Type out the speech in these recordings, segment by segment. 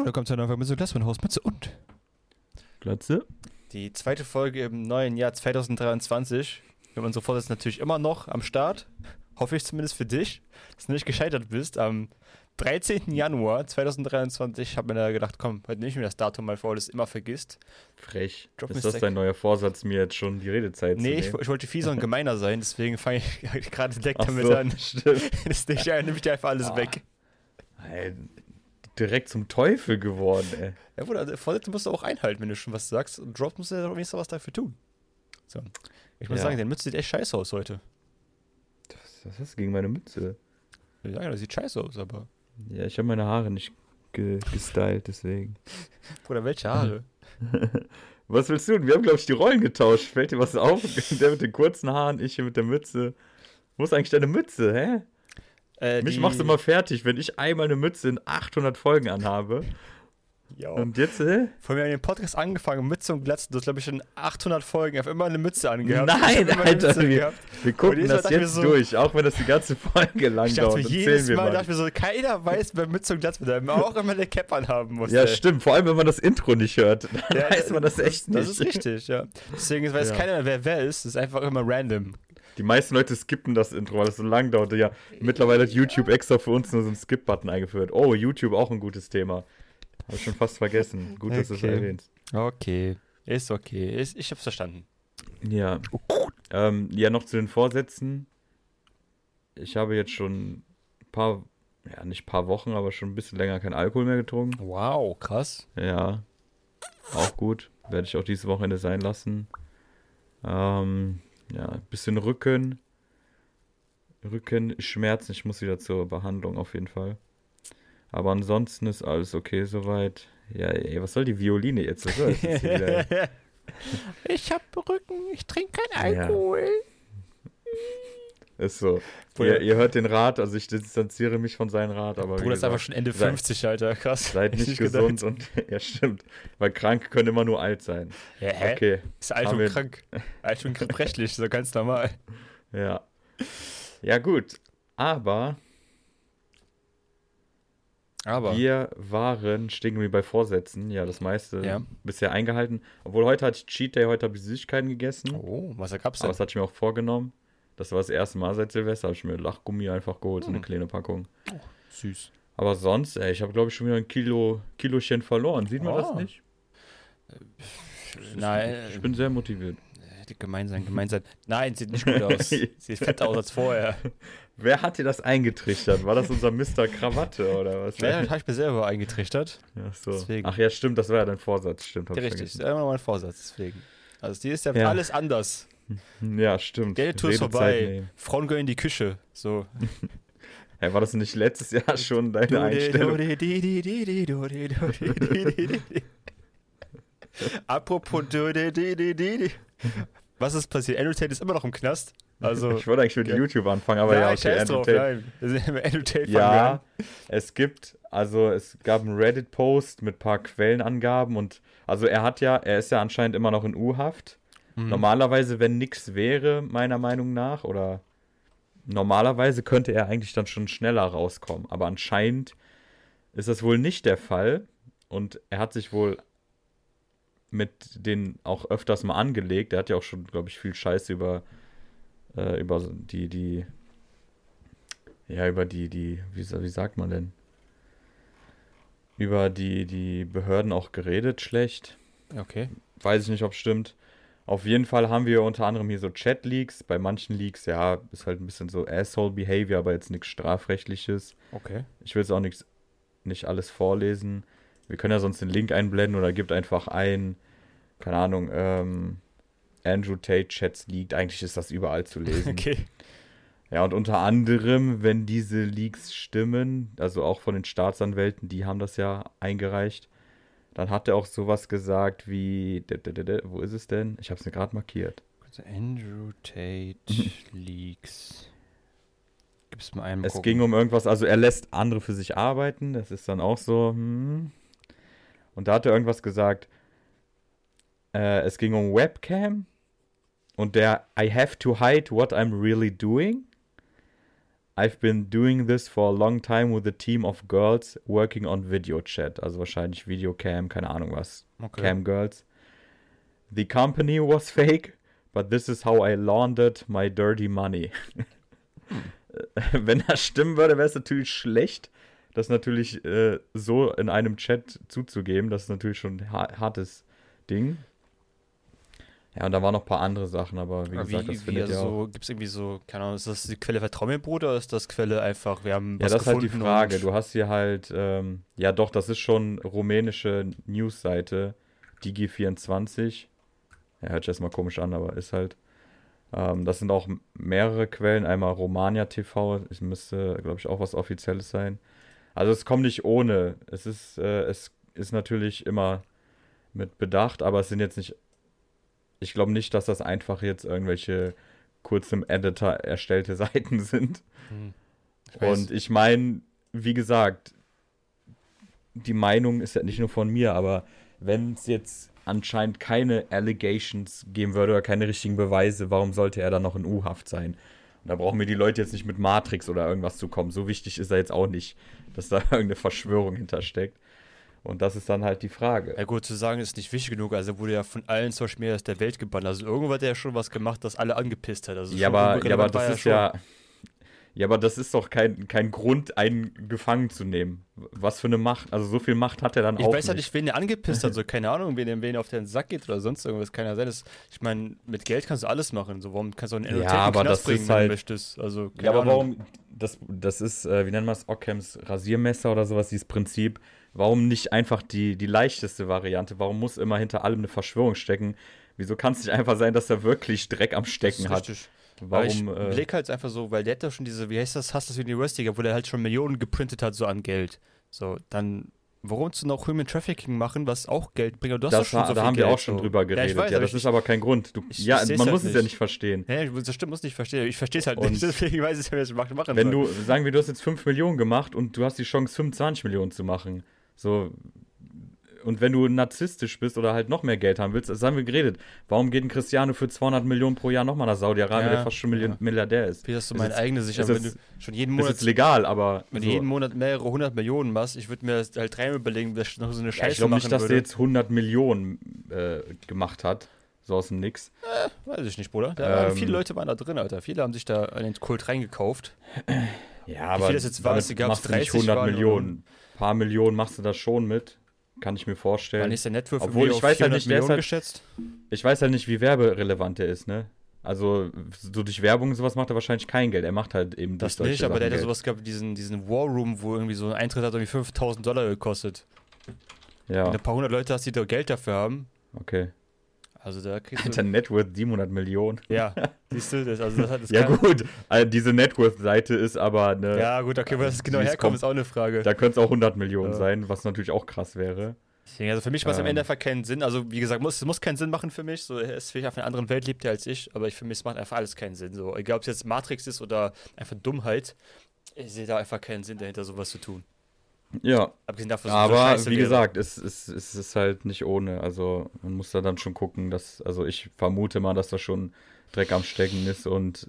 Willkommen zu einer Folge mit so Glas, Hausmütze und Glatze. die zweite Folge im neuen Jahr 2023. Wir haben unsere Vorsätze natürlich immer noch am Start. Hoffe ich zumindest für dich, dass du nicht gescheitert bist. Am 13. Januar 2023 habe ich mir da gedacht, komm, heute nehme ich mir das Datum mal vor, weil du es immer vergisst. Frech. Drop Ist me das stack. dein neuer Vorsatz, mir jetzt schon die Redezeit Nee, zu ich nehmen? wollte fieser und gemeiner sein, deswegen fange ich gerade direkt Ach damit so, an. stimmt. Das nicht, nehme ich dir einfach alles weg. Ey, direkt zum Teufel geworden, ey. Ja, Bruder, der Vorsätze musst du auch einhalten, wenn du schon was sagst. Und Drop musst du ja wenigstens was dafür tun. So. Ich muss Ja. sagen, der Mütze sieht echt scheiße aus heute. Was hast du gegen meine Mütze? Ja, das sieht scheiße aus, aber. Ja, ich habe meine Haare nicht gestylt, deswegen. Bruder, welche Haare? Was willst du? Wir haben, glaube ich, die Rollen getauscht. Fällt dir was auf? Der mit den kurzen Haaren, ich hier mit der Mütze. Wo ist eigentlich deine Mütze, hä? Mich machst du immer fertig, wenn ich einmal eine Mütze in 800 Folgen anhabe. Ja. Und jetzt, Von mir an den Podcast angefangen, Mütze und Glatze. Du hast, glaube ich, in 800 Folgen auf immer eine Mütze angehabt. Nein, Ich hab immer eine Alter, Mütze wir gehabt. gucken jedes Mal das dachte ich mir jetzt so- durch, auch wenn das die ganze Folge lang Ich dachte dauert. mir Erzählen jedes wir Mal, mal. dachte ich mir so, keiner weiß, wer Mütze und Glatze mit einem auch immer eine Cap anhaben muss. Ja, ey. stimmt. Vor allem, wenn man das Intro nicht hört, dann Ja, weiß man das echt nicht. Das ist richtig, ja. Deswegen weiß Ja. keiner mehr, wer ist. Das ist einfach immer random. Die meisten Leute skippen das Intro, weil es so lang dauert. Ja, mittlerweile hat YouTube extra für uns nur so einen Skip-Button eingeführt. Oh, YouTube auch ein gutes Thema. Habe ich schon fast vergessen. Gut, dass du es Okay. erwähnst. Okay. Ist okay. Ich hab's verstanden. Ja. Ja, noch zu den Vorsätzen. Ich habe jetzt schon ein paar, ja, nicht ein paar Wochen, aber schon ein bisschen länger kein Alkohol mehr getrunken. Wow, krass. Ja, auch gut. Werde ich auch dieses Wochenende sein lassen. Ja, ein bisschen Rückenschmerzen. Ich muss wieder zur Behandlung auf jeden Fall. Aber ansonsten ist alles okay soweit. Ja, ey, was soll die Violine jetzt? Was soll das jetzt hier wieder? Ich hab Rücken, ich trinke kein Ja. Alkohol. Ist so. Bruder. Ihr hört den Rat, also ich distanziere mich von seinem Rat, aber wie Bruder ist einfach gesagt, schon Ende seid- 50, Alter. Krass. seid Hätte nicht ich gesund gedacht. und ja, stimmt. Weil Kranke können immer nur alt sein. Ja, hä? Okay, Ist alt Haben und wir- krank. Alt und gebrechlich, so ganz normal. ja. Ja, gut. Aber wir waren, stehen wir bei Vorsätzen, ja, das meiste Ja. bisher eingehalten. Obwohl heute hatte ich Cheat Day, heute habe ich Süßigkeiten gegessen. Oh, was gab's Aber denn? das hatte ich mir auch vorgenommen. Das war das erste Mal seit Silvester, habe ich mir Lachgummi einfach geholt, so eine Hm. kleine Packung. Süß. Aber sonst, ey, ich habe, glaube ich, schon wieder ein Kilochen verloren. Sieht man das Oh. nicht? Nein. Ich bin sehr motiviert. Gemein sein. Nein, sieht nicht gut aus. Sieht fetter aus als vorher. Wer hat dir das eingetrichtert? War das unser Mr. Krawatte oder was? Ja, das habe ich mir selber eingetrichtert. Ach so. Deswegen. Ach ja, stimmt, das war ja dein Vorsatz. Stimmt, hab Ja, ich richtig. Das ist vergessen. immer mein Vorsatz, deswegen. Also, die ist ja, Ja. alles anders. Ja, stimmt. Geld-Tour ist Redezeit vorbei. nehmen. Frauen gehen in die Küche. So. Hey, war das nicht letztes Jahr schon deine Einstellung? Apropos was ist passiert? Andrew Tate ist immer noch im Knast. Also, Ich wollte eigentlich mit ja. YouTube anfangen, aber ja, okay, scheiß Andrew drauf, Tate. nein. Wir sind mit Andrew Tate Ja, es gab einen Reddit-Post mit ein paar Quellenangaben und also er ist ja anscheinend immer noch in U-Haft. Mhm. Normalerweise, wenn nichts wäre, meiner Meinung nach, oder normalerweise könnte er eigentlich dann schon schneller rauskommen. Aber anscheinend ist das wohl nicht der Fall und er hat sich wohl mit denen auch öfters mal angelegt. Er hat ja auch schon, glaube ich, viel Scheiße über wie sagt man denn? Über die Behörden auch geredet, schlecht. Okay. Weiß ich nicht, ob es stimmt. Auf jeden Fall haben wir unter anderem hier so Chat-Leaks. Bei manchen Leaks, ja, ist halt ein bisschen so Asshole-Behavior, aber jetzt nichts Strafrechtliches. Okay. Ich will jetzt auch nicht alles vorlesen. Wir können ja sonst den Link einblenden oder gibt einfach ein, keine Ahnung, Andrew Tate Chats leaked. Eigentlich ist das überall zu lesen. Okay. Ja, und unter anderem, wenn diese Leaks stimmen, also auch von den Staatsanwälten, die haben das ja eingereicht, dann hat er auch sowas gesagt wie, wo ist es denn? Ich habe es mir gerade markiert. Andrew Tate Leaks. Gib's mir einen. Es ging um irgendwas, also er lässt andere für sich arbeiten, das ist dann auch so, Und da hat er irgendwas gesagt, es ging um Webcam und der I have to hide what I'm really doing. I've been doing this for a long time with a team of girls working on video chat. Also wahrscheinlich Videocam, keine Ahnung was. Okay. Cam Girls. The company was fake, but this is how I laundered my dirty money. Wenn das stimmen würde, wäre es natürlich schlecht, das natürlich so in einem Chat zuzugeben. Das ist natürlich schon ein hartes Ding. Ja, und da waren noch ein paar andere Sachen, aber wie gesagt, das findet ja auch. Gibt es irgendwie so, keine Ahnung, ist das die Quelle Vertrau mir, Bruder, oder ist das Quelle einfach, wir haben was Ja, das ist halt die gefunden Frage. und- Du hast hier halt, ja doch, das ist schon rumänische Newsseite, Digi24. Ja, hört sich erstmal komisch an, aber ist halt. Das sind auch mehrere Quellen. Einmal Romania TV, es müsste, glaube ich, auch was Offizielles sein. Also es kommt nicht ohne. Es ist natürlich immer mit Bedacht, aber es sind jetzt nicht. Ich glaube nicht, dass das einfach jetzt irgendwelche kurz im Editor erstellte Seiten sind. Ich weiß. Und ich meine, wie gesagt, die Meinung ist ja nicht nur von mir, aber wenn es jetzt anscheinend keine Allegations geben würde oder keine richtigen Beweise, warum sollte er dann noch in U-Haft sein? Und da brauchen mir die Leute jetzt nicht mit Matrix oder irgendwas zu kommen. So wichtig ist er jetzt auch nicht, dass da irgendeine Verschwörung hintersteckt. Und das ist dann halt die Frage. Ja gut, zu sagen ist nicht wichtig genug, also er wurde ja von allen Social Medias der Welt gebannt, also irgendwo hat er ja schon was gemacht, das alle angepisst hat. Also Ja, schon aber relevant war das er ist schon. ja, aber das ist doch kein Grund, einen gefangen zu nehmen. Was für eine Macht, also so viel Macht hat er dann Ich auch weiß halt nicht, wen er angepisst hat, so keine Ahnung, wen auf den Sack geht oder sonst irgendwas, kann ja sein. Ich meine, mit Geld kannst du alles machen, so warum kannst du einen Ja, aber das bringen, ist wenn halt- du möchtest, also keine Ja, aber Ahnung. warum, das ist, wie nennen wir es, Ockhams Rasiermesser oder sowas, dieses Prinzip. Warum nicht einfach die leichteste Variante? Warum muss immer hinter allem eine Verschwörung stecken? Wieso kann es nicht einfach sein, dass er wirklich Dreck am Das Stecken ist hat? richtig. Warum, Aber ich blick halt einfach so, weil der hat doch schon diese, wie heißt das, Hustlers University, wo der halt schon Millionen geprintet hat, so an Geld. So, dann, warum zu noch Human Trafficking machen, was auch Geld bringt? Du hast doch schon so da viel haben wir Geld, auch schon so. drüber geredet. Ja, ich weiß, das ist aber kein Grund. ich Ja, seh's man halt muss es ja nicht. nicht verstehen. Nee, das stimmt, muss nicht verstehen. Ich verstehe es halt Und- nicht, deswegen weiß ich, wie ich es machen Wenn soll. sagen wir, du hast jetzt 5 Millionen gemacht und du hast die Chance, 25 Millionen zu machen. So. Und wenn du narzisstisch bist oder halt noch mehr Geld haben willst, das haben wir geredet. Warum geht ein Cristiano für 200 Millionen pro Jahr nochmal nach Saudi-Arabien, Ja, der fast schon ja. Milliardär ist? Wie das so Ist meine jetzt- eigene Sicherheit, ist wenn es- du schon jeden Ist Monat, jetzt legal, aber wenn so. du jeden Monat mehrere 100 Millionen machst, ich würde mir halt dreimal überlegen, dass ich noch so eine Ja, ich Scheiße glaube machen nicht, dass würde. der jetzt 100 Millionen gemacht hat. So aus dem Nix. Weiß ich nicht, Bruder. Da waren Ähm, viele Leute waren da drin, Alter. Viele haben sich da an den Kult reingekauft. Ja, aber viel das jetzt war, damit ist egal, ob's machst du nicht 30 100 waren Millionen. oder- Ein paar Millionen machst du das schon mit. Kann ich mir Wann vorstellen. ist der Networth Obwohl, irgendwie ich auf weiß halt 400 nicht, der ist Millionen halt- geschätzt? Ich weiß halt nicht, wie werberelevant der ist, ne? Also, so durch Werbung und sowas macht er wahrscheinlich kein Geld. Er macht halt eben Das durch nicht, solche aber der hat ja Sachen sowas gehabt, diesen War Room, wo irgendwie so ein Eintritt hat irgendwie $5.000 gekostet. Geld. Ja, Und ein paar hundert Leute hast, die da Geld dafür haben. okay. Also da kriegst Alter, du... Networth 700 Millionen. Ja, siehst du, das Ja kann- gut, diese Networth-Seite ist aber eine... Ja, gut, okay, wo das genau Sie ist herkommt, ist auch eine Frage. Da könnte es auch 100 Millionen Ja. sein, was natürlich auch krass wäre. Deswegen, also für mich macht es am Ähm. Ende einfach keinen Sinn. Also wie gesagt, es muss keinen Sinn machen für mich. So, er ist vielleicht auf einer anderen Welt lebt er als ich, aber für mich macht einfach alles keinen Sinn. So, egal ob es jetzt Matrix ist oder einfach Dummheit, ich sehe da einfach keinen Sinn dahinter, sowas zu tun. Ja, Abgesehen davon, dass es so aber scheiße wie wäre. gesagt, es ist halt nicht ohne. Also man muss da dann schon gucken, also ich vermute mal, dass da schon Dreck am Stecken ist und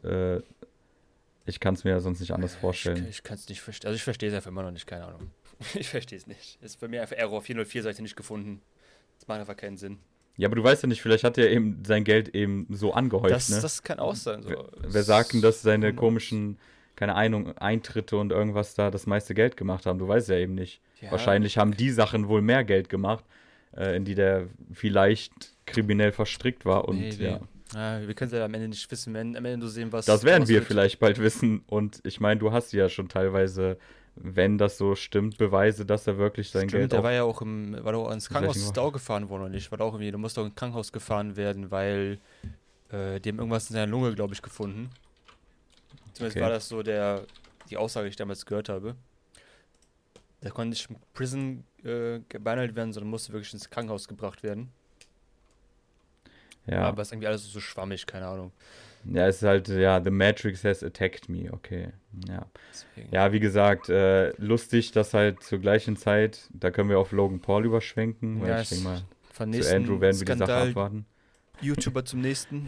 ich kann es mir ja sonst nicht anders vorstellen. Ich kann es nicht verstehen. Also ich verstehe es einfach immer noch nicht, keine Ahnung. Ich verstehe es nicht. Ist bei mir einfach Error 404-Seite nicht gefunden. Das macht einfach keinen Sinn. Ja, aber du weißt ja nicht, vielleicht hat er eben sein Geld eben so angehäuft, Das, ne? das kann auch sein. So. Wer sagt denn, dass seine Who knows? komischen, keine Ahnung, Eintritte und irgendwas da das meiste Geld gemacht haben? Du weißt ja eben nicht. Ja, Wahrscheinlich haben die Sachen wohl mehr Geld gemacht, in die der vielleicht kriminell verstrickt war und nee. ja. Ja, wir können es ja am Ende nicht wissen, wenn am Ende nur sehen, was. Das werden was wir wird. vielleicht bald wissen und ich meine, du hast ja schon teilweise, wenn das so stimmt, Beweise, dass er wirklich sein Stimmt, Geld der auch... war ja auch war doch ins Krankenhaus, welchen ist da auch gefahren worden oder nicht? War da auch irgendwie, du musst doch ins Krankenhaus gefahren werden, weil die haben irgendwas in seiner Lunge, glaube ich, gefunden. Zumindest Okay. war das so die Aussage, die ich damals gehört habe. Der konnte nicht im Prison behandelt werden, sondern musste wirklich ins Krankenhaus gebracht werden. Ja. Aber es ist irgendwie alles so schwammig, keine Ahnung. Ja, es ist halt, ja, The Matrix has attacked me, okay. Ja. Deswegen. Ja, wie gesagt, lustig, dass halt zur gleichen Zeit, da können wir auf Logan Paul überschwenken, weil Ja, ich denke mal, Von zu nächsten Andrew werden wir die Sache Skandal, abwarten. YouTuber zum nächsten.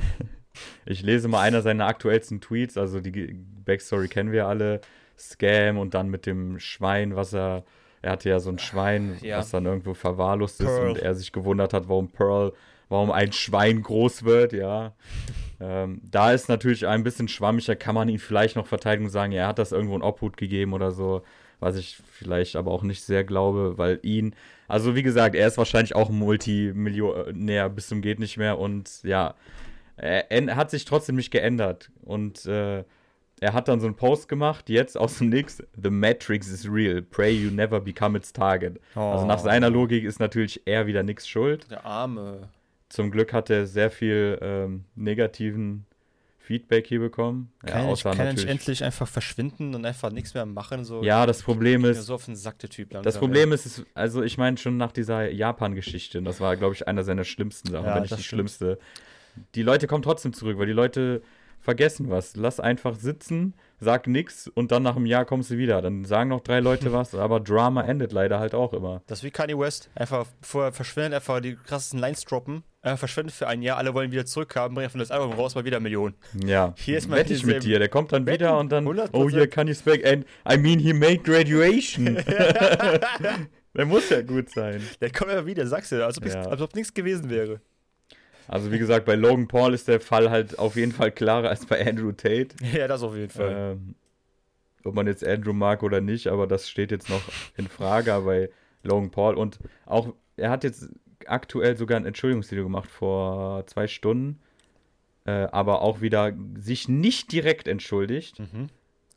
Ich lese mal einer seiner aktuellsten Tweets, also die Backstory kennen wir alle, Scam und dann mit dem Schwein, er hatte ja so ein Schwein, was dann irgendwo verwahrlost ist Pearl. und er sich gewundert hat, warum ein Schwein groß wird, ja. Da ist natürlich ein bisschen schwammiger, kann man ihn vielleicht noch verteidigen und sagen, er hat das irgendwo in Obhut gegeben oder so, was ich vielleicht aber auch nicht sehr glaube, weil also wie gesagt, er ist wahrscheinlich auch ein Multimillionär bis zum geht nicht mehr und ja, er hat sich trotzdem nicht geändert und er hat dann so einen Post gemacht, jetzt aus dem Nix, The Matrix is real, pray you never become its target. Also nach seiner Logik ist natürlich er wieder nichts schuld. Der Arme. Zum Glück hat er sehr viel negativen Feedback hier bekommen. Kann er nicht endlich einfach verschwinden und einfach nichts mehr machen? So? Ja, das Problem ist, so auf den Sack, der Typ langsam, das Problem ist, also ich meine schon nach dieser Japan-Geschichte, das war, glaube ich, einer seiner schlimmsten Sachen, wenn nicht die schlimmste. Die Leute kommen trotzdem zurück, weil die Leute vergessen was. Lass einfach sitzen, sag nix und dann nach einem Jahr kommst du wieder. Dann sagen noch 3 Leute was, aber Drama endet leider halt auch immer. Das ist wie Kanye West. Einfach, bevor er verschwindet, einfach die krassesten Lines droppen. Er verschwindet für ein Jahr, alle wollen wieder zurückhaben, bringen von das Album raus, mal wieder Millionen. Ja, hier ist mal wette ich mit dir. Der kommt dann wieder und dann, 100%. oh yeah, Kanye's back and I mean he made graduation. Der muss ja gut sein. Der kommt immer wieder, sagst du, als ob nichts gewesen wäre. Also wie gesagt, bei Logan Paul ist der Fall halt auf jeden Fall klarer als bei Andrew Tate. Ja, das auf jeden Fall. Ob man jetzt Andrew mag oder nicht, aber das steht jetzt noch in Frage bei Logan Paul. Und auch, er hat jetzt aktuell sogar ein Entschuldigungsvideo gemacht vor 2 Stunden, aber auch wieder sich nicht direkt entschuldigt. Mhm.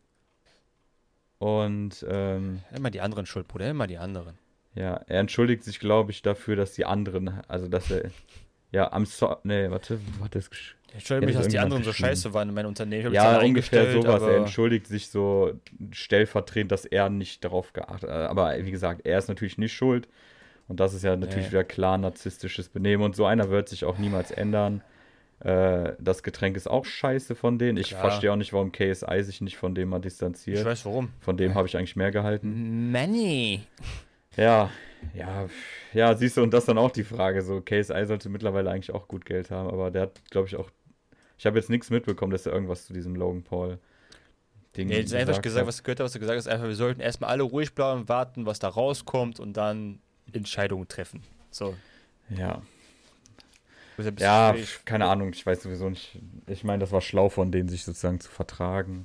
Und immer die anderen schuld, Bruder, immer die anderen. Ja, er entschuldigt sich, glaube ich, dafür, dass die anderen, also dass er warte, Ich entschuldige mich, dass die anderen so scheiße waren in meinem Unternehmen. Ja, ungefähr sowas. Er entschuldigt sich so stellvertretend, dass er nicht darauf geachtet hat. Aber wie gesagt, er ist natürlich nicht schuld. Und das ist ja natürlich wieder klar narzisstisches Benehmen. Und so einer wird sich auch niemals ändern. Das Getränk ist auch scheiße von denen. Ich verstehe auch nicht, warum KSI sich nicht von dem mal distanziert. Ich weiß warum. Von dem habe ich eigentlich mehr gehalten. Money. Ja, siehst du, und das dann auch die Frage, so, KSI sollte mittlerweile eigentlich auch gut Geld haben, aber der hat, glaube ich, auch, ich habe jetzt nichts mitbekommen, dass er irgendwas zu diesem Logan Paul-Ding Nee, jetzt einfach gesagt, was du gesagt hast, einfach, wir sollten erstmal alle ruhig bleiben, warten, was da rauskommt und dann Entscheidungen treffen. So. Ja. Ja, keine Ahnung, ich weiß sowieso nicht, ich meine, das war schlau von denen, sich sozusagen zu vertragen.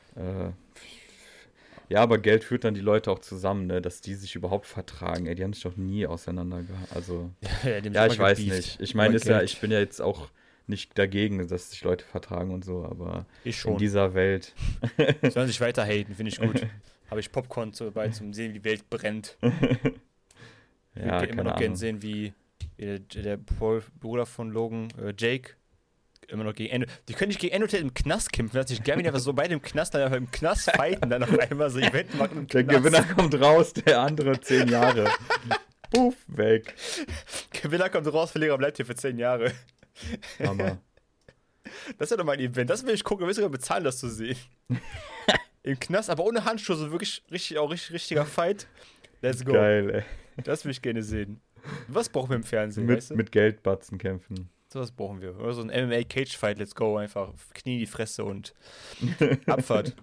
Ja, aber Geld führt dann die Leute auch zusammen, ne, dass die sich überhaupt vertragen. Ey, die haben sich doch nie auseinandergehalten. Also, ich weiß nicht. Ich meine, ich bin ja jetzt auch nicht dagegen, dass sich Leute vertragen und so, aber in dieser Welt. Sollen sich weiter haten, finde ich gut. Habe ich Popcorn dabei zum Sehen, wie die Welt brennt. Ich würde immer noch gerne sehen, wie der Bruder von Logan, Jake, immer noch gegen Endo. Die können nicht gegen Endo im Knast kämpfen. Dass ich gerne wieder so beide im Knast, dann im Knast fighten, dann auf einmal so Event machen im Knast. Der Gewinner kommt raus, der andere 10 Jahre. Puff, weg. Gewinner kommt raus, Verlierer bleibt hier für 10 Jahre. Hammer. Das ist ja doch mein Event. Das will ich gucken, wir sogar bezahlen, das zu sehen. Im Knast, aber ohne Handschuhe, so wirklich richtiger Fight. Let's go. Geil, ey. Das will ich gerne sehen. Was brauchen wir im Fernsehen, weißt du? Mit Geldbatzen kämpfen. So was brauchen wir. Oder so ein MMA-Cage-Fight, let's go. Einfach Knie in die Fresse und Abfahrt.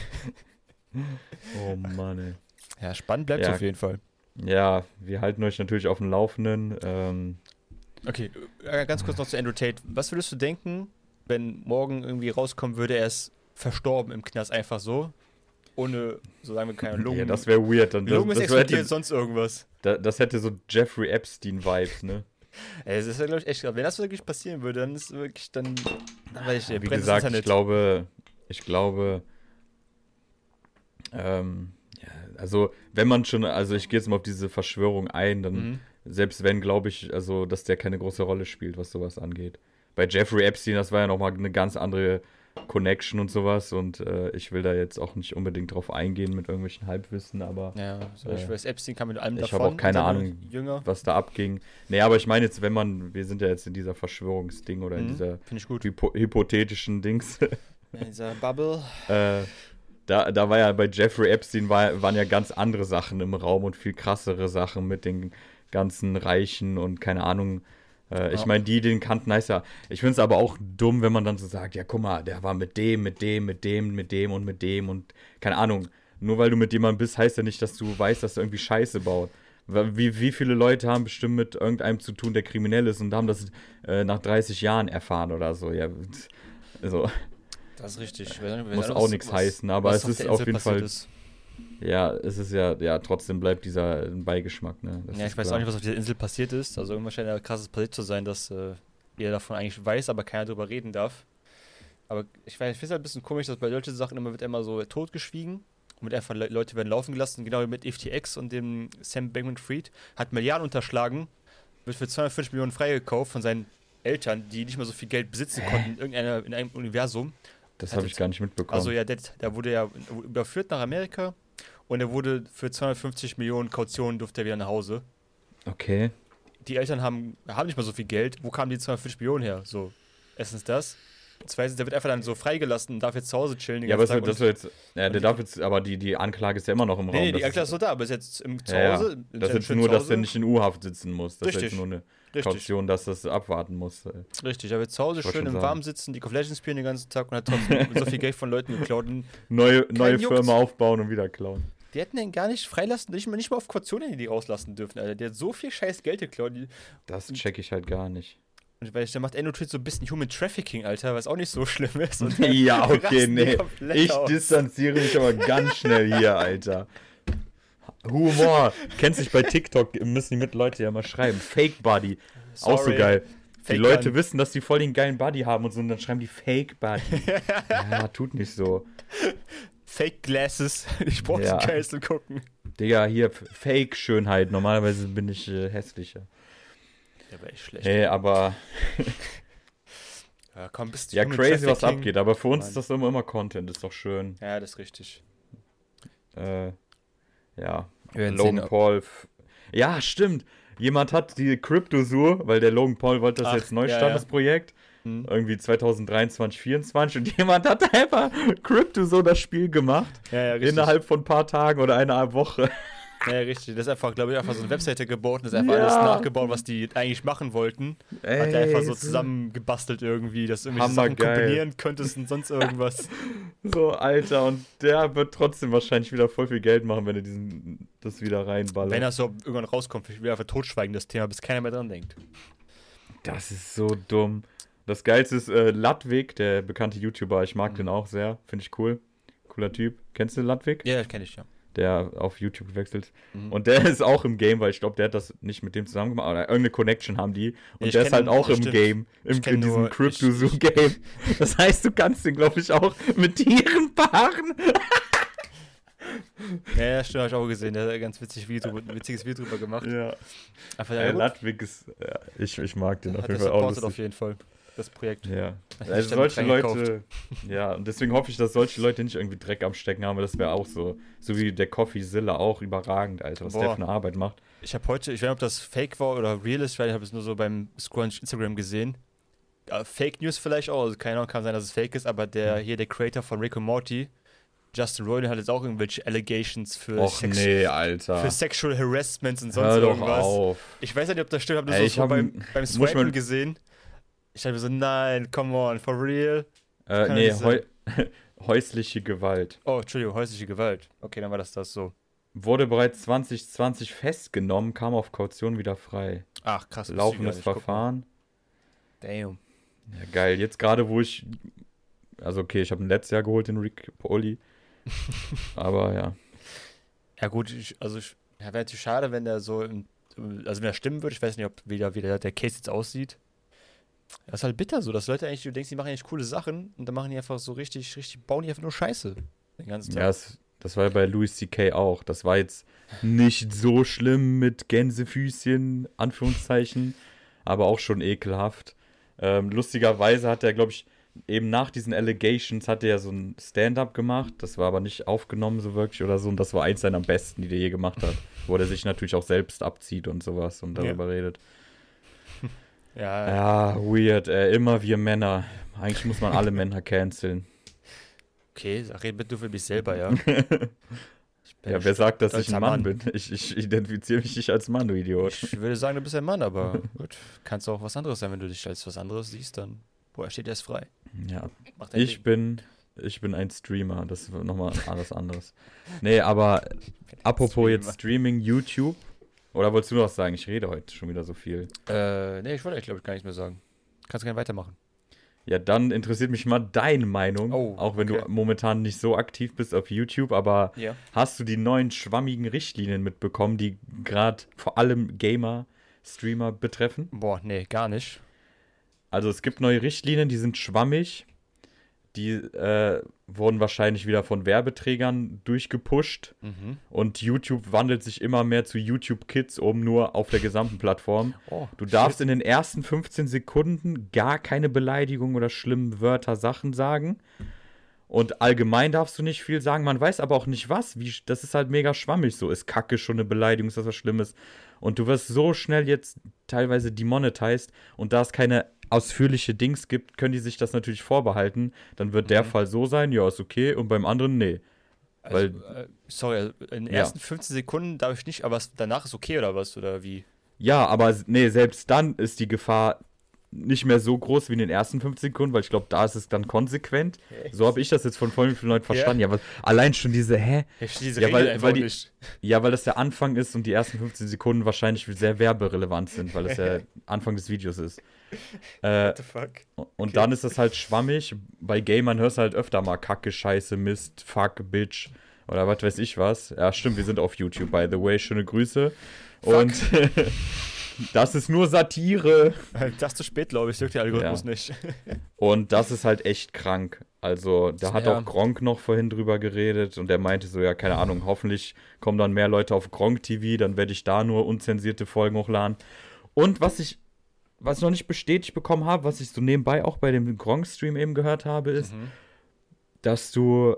Oh Mann, ey. Ja, spannend bleibt es auf jeden Fall. Ja, wir halten euch natürlich auf dem Laufenden. Okay, ganz kurz noch zu Andrew Tate. Was würdest du denken, wenn morgen irgendwie rauskommen würde, er ist verstorben im Knast einfach so? Ohne, so sagen wir, keine Lungen. Ja, das wäre weird. Dann Lungen ist explodiert, sonst irgendwas. Das hätte so Jeffrey Epstein-Vibes, ne? Das ist ja, glaube ich, echt. Wenn das wirklich passieren würde, dann ist wirklich, dann weiß ich, wie gesagt, ich glaube, also, wenn man schon, also ich gehe jetzt mal auf diese Verschwörung ein, dann, selbst wenn, glaube ich, also, dass der keine große Rolle spielt, was sowas angeht. Bei Jeffrey Epstein, das war ja nochmal eine ganz andere Connection und sowas und ich will da jetzt auch nicht unbedingt drauf eingehen mit irgendwelchen Halbwissen, aber ja, ich weiß, Epstein kam mit allem davon. Ich habe auch keine Ahnung, was da abging. Nee, aber ich meine jetzt, wir sind ja jetzt in dieser Verschwörungsding oder in dieser hypothetischen Dings. In dieser Bubble. Da war ja bei Jeffrey Epstein waren ja ganz andere Sachen im Raum und viel krassere Sachen mit den ganzen Reichen und keine Ahnung, Ich meine, den kannten nice ja. Ich finde es aber auch dumm, wenn man dann so sagt, ja, guck mal, der war mit dem und mit dem und keine Ahnung. Nur weil du mit jemandem bist, heißt ja nicht, dass du weißt, dass er irgendwie Scheiße baut. Wie viele Leute haben bestimmt mit irgendeinem zu tun, der kriminell ist und haben das nach 30 Jahren erfahren oder so. Ja, also, Das ist richtig. muss auch nichts heißen, aber es ist auf jeden Fall... Ja, es ist ja, trotzdem bleibt dieser Beigeschmack, ne? Das Ja, ich weiß auch nicht, was auf dieser Insel passiert ist. Also irgendwas scheint ja krasses passiert zu sein, dass jeder davon eigentlich weiß, aber keiner drüber reden darf. Aber ich finde es halt ein bisschen komisch, dass bei solchen Sachen wird immer so totgeschwiegen. Und mit einfach Leute werden laufen gelassen. Genau wie mit FTX und dem Sam Bankman-Fried. Hat Milliarden unterschlagen, wird für 250 Millionen freigekauft von seinen Eltern, die nicht mehr so viel Geld besitzen konnten in einem Universum. Das habe ich gar nicht mitbekommen. Also ja, der wurde ja überführt nach Amerika und er wurde für 250 Millionen Kaution durfte er wieder nach Hause. Okay. Die Eltern haben nicht mal so viel Geld. Wo kamen die 250 Millionen her? So, erstens das. Zweitens, der wird einfach dann so freigelassen und darf jetzt zu Hause chillen. Ja, aber der darf jetzt, aber die Anklage ist ja immer noch im Raum. Nee, die Anklage ist so da, aber ist jetzt zu Hause. Ja. Das ist jetzt nur, dass der nicht in U-Haft sitzen muss. Das Richtig. ist jetzt nur eine Kaution, dass das abwarten muss. Richtig, er wird zu Hause schön im Warmen sitzen, League of Legends spielen den ganzen Tag und hat trotzdem so viel Geld von Leuten geklaut. Neue Firma aufbauen und wieder klauen. Die hätten den gar nicht freilassen, nicht mal auf Kaution hätten die rauslassen dürfen, Alter. Der hat so viel scheiß Geld geklaut. Das check ich halt gar nicht. Und weil der macht Endotrit so ein bisschen Human Trafficking, Alter, was auch nicht so schlimm ist. Und ja, okay, nee. Ich distanziere mich aber ganz schnell hier, Alter. Humor. Kennst dich bei TikTok, müssen die mit Leute ja mal schreiben. Fake Buddy. Sorry. Auch so geil. Fake die Leute wissen, dass die voll den geilen Buddy haben und so, und dann schreiben die Fake Buddy. Ja, tut nicht so. Fake Glasses. Ich brauch so geil zu gucken. Digga, hier Fake Schönheit. Normalerweise bin ich hässlicher. Der war echt schlecht. Hey, aber... ja, komm, bist du ja, crazy, was abgeht. Aber für uns ist das immer Content. Ist doch schön. Ja, das ist richtig. Ja. Logan Paul... Ja, stimmt. Jemand hat die Cryptosur, weil der Logan Paul wollte das jetzt neu starten, das Projekt. Irgendwie 2023, 2024 und jemand hat einfach Cryptosur das Spiel gemacht. Ja, innerhalb von ein paar Tagen oder einer Woche. Ja, richtig. Das ist einfach, glaube ich, einfach so eine Webseite gebaut und ist einfach alles nachgebaut, was die eigentlich machen wollten. Hat er einfach so zusammengebastelt irgendwie, dass du irgendwelche Sachen kombinieren könntest und sonst irgendwas. So, Alter, und der wird trotzdem wahrscheinlich wieder voll viel Geld machen, wenn er das wieder reinballert. Wenn das so irgendwann rauskommt, ich will einfach totschweigen, das Thema, bis keiner mehr dran denkt. Das ist so dumm. Das Geilste ist Ludwig, der bekannte YouTuber. Ich mag den auch sehr. Finde ich cool. Cooler Typ. Kennst du Ludwig? Ja, kenne ich, ja. Der auf YouTube gewechselt. Und der ist auch im Game, weil ich glaube, der hat das nicht mit dem zusammen gemacht. Oder irgendeine Connection haben die. Und der ist halt auch im Game. In diesem Crypto-Zoo-Game. Das heißt, du kannst den, glaube ich, auch mit Tieren paaren. Ja, stimmt, habe ich auch gesehen. Der hat ein ganz witziges Video drüber gemacht. Ja. Ludwig ist, ich mag den auf jeden Fall auch. Auf jeden Fall, das Projekt. Ja. Also solche Leute, ja, und deswegen hoffe ich, dass solche Leute nicht irgendwie Dreck am Stecken haben, aber das wäre auch so wie der CoffeeZilla auch überragend, Alter, was der für eine Arbeit macht. Ich habe heute, ich weiß nicht, ob das Fake war oder real ist, weil ich habe es nur so beim Scrollen Instagram gesehen. Fake News vielleicht auch, also keine Ahnung, kann sein, dass es fake ist, aber der Creator von Rick and Morty, Justin Roiland, hat jetzt auch irgendwelche Allegations für Sexual Harassments und sonst irgendwas. Auf. Ich weiß nicht, ob das stimmt, ich habe das beim Swipen gesehen. Ich dachte mir so, nein, come on, for real? Häusliche Gewalt. Oh, Entschuldigung, häusliche Gewalt. Okay, dann war das so. Wurde bereits 2020 festgenommen, kam auf Kaution wieder frei. Ach, krass. Laufendes Verfahren. Damn. Ja, geil. Jetzt gerade, wo ich... Also okay, ich habe ihn letztes Jahr geholt, den Rick Pauli. Aber ja. Ja gut, wäre natürlich schade, wenn der so... wenn er stimmen würde. Ich weiß nicht, wie der Case jetzt aussieht. Das ist halt bitter so, dass Leute eigentlich, du denkst, die machen eigentlich coole Sachen und dann machen die einfach so richtig, bauen die einfach nur Scheiße den ganzen Tag. Ja, das war ja bei Louis C.K. auch. Das war jetzt nicht so schlimm mit Gänsefüßchen, Anführungszeichen, aber auch schon ekelhaft. Lustigerweise hat er, glaube ich, eben nach diesen Allegations hat er ja so ein Stand-up gemacht. Das war aber nicht aufgenommen so wirklich oder so. Und das war eins seiner besten, die der je gemacht hat. Wo er sich natürlich auch selbst abzieht und sowas und darüber redet. Ja, weird, immer wir Männer. Eigentlich muss man alle Männer canceln. Okay, red bitte für mich selber, ja. Ja, wer sagt, dass als ich ein Mann Mann. bin? Ich identifiziere mich nicht als Mann, du Idiot. Ich würde sagen, du bist ein Mann, aber gut. Kannst auch was anderes sein. Wenn du dich als was anderes siehst, dann, boah, steht dir es frei. Ja, Mach dein ich bin ein Streamer, das ist nochmal alles anderes. Nee, aber Ding. apropos jetzt Streamer. Streaming, YouTube. Oder wolltest du noch was sagen? Ich rede heute schon wieder so viel. Nee, ich wollte eigentlich, glaube ich, gar nichts mehr sagen. Kannst gerne weitermachen. Ja, dann interessiert mich mal deine Meinung. Oh, auch wenn okay. du momentan nicht so aktiv bist auf YouTube, aber Ja. hast du die neuen schwammigen Richtlinien mitbekommen, die gerade vor allem Gamer, Streamer betreffen? Boah, nee, gar nicht. Also es gibt neue Richtlinien, die sind schwammig. Die wurden wahrscheinlich wieder von Werbeträgern durchgepusht. Mhm. Und YouTube wandelt sich immer mehr zu YouTube Kids nur auf der gesamten Plattform. Oh, Du darfst in den ersten 15 Sekunden gar keine Beleidigung oder schlimmen Wörter, Sachen sagen. Und allgemein darfst du nicht viel sagen. Man weiß aber auch nicht was. Das ist halt mega schwammig so. Ist Kacke schon eine Beleidigung? Ist das was Schlimmes? Und du wirst so schnell jetzt teilweise demonetized. Und da es keine ausführliche Dings gibt, können die sich das natürlich vorbehalten. Dann wird der Fall so sein, ja, ist okay. Und beim anderen, nee. Also, sorry, also in den Ja. ersten 15 Sekunden darf ich nicht, aber danach ist okay oder was? Oder wie? Ja, aber nee, selbst dann ist die Gefahr nicht mehr so groß wie in den ersten 15 Sekunden, weil ich glaube, da ist es dann konsequent. So habe ich das jetzt von voll vielen Leuten verstanden. Ja, allein schon diese, Ich verstehe diese Ja, Regel weil einfach die- nicht. Ja, weil das der Anfang ist und die ersten 15 Sekunden wahrscheinlich sehr werberelevant sind, weil das der Anfang des Videos ist. What the fuck? Und dann ist das halt schwammig. Bei Gamern hörst du halt öfter mal Kacke, Scheiße, Mist, Fuck, Bitch oder was weiß ich was. Ja, stimmt, wir sind auf YouTube, by the way. Schöne Grüße. Fuck. Und das ist nur Satire. Das zu spät, glaube ich, wirkt der Algorithmus Ja. nicht. Und das ist halt echt krank. Also, da hat Ja. auch Gronkh noch vorhin drüber geredet und der meinte so, ja, keine Ahnung, hoffentlich kommen dann mehr Leute auf Gronkh TV, dann werde ich da nur unzensierte Folgen hochladen. Und was ich noch nicht bestätigt bekommen habe, was ich so nebenbei auch bei dem Gronkh-Stream eben gehört habe, ist, dass du,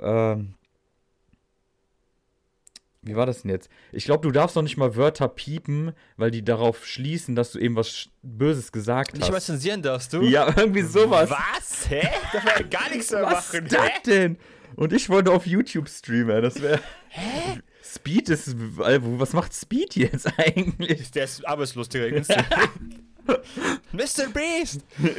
wie war das denn jetzt? Ich glaube, du darfst noch nicht mal Wörter piepen, weil die darauf schließen, dass du eben was Böses gesagt Nicht mal hast. zensieren darfst du? Ja, irgendwie sowas. Was? Hä? Darf man ja gar nichts mehr Was machen. ist das denn? Und ich wollte auf YouTube streamen. Das wäre. Speed ist. Was macht Speed jetzt eigentlich? Der ist arbeitslos direkt. Mr. Beast!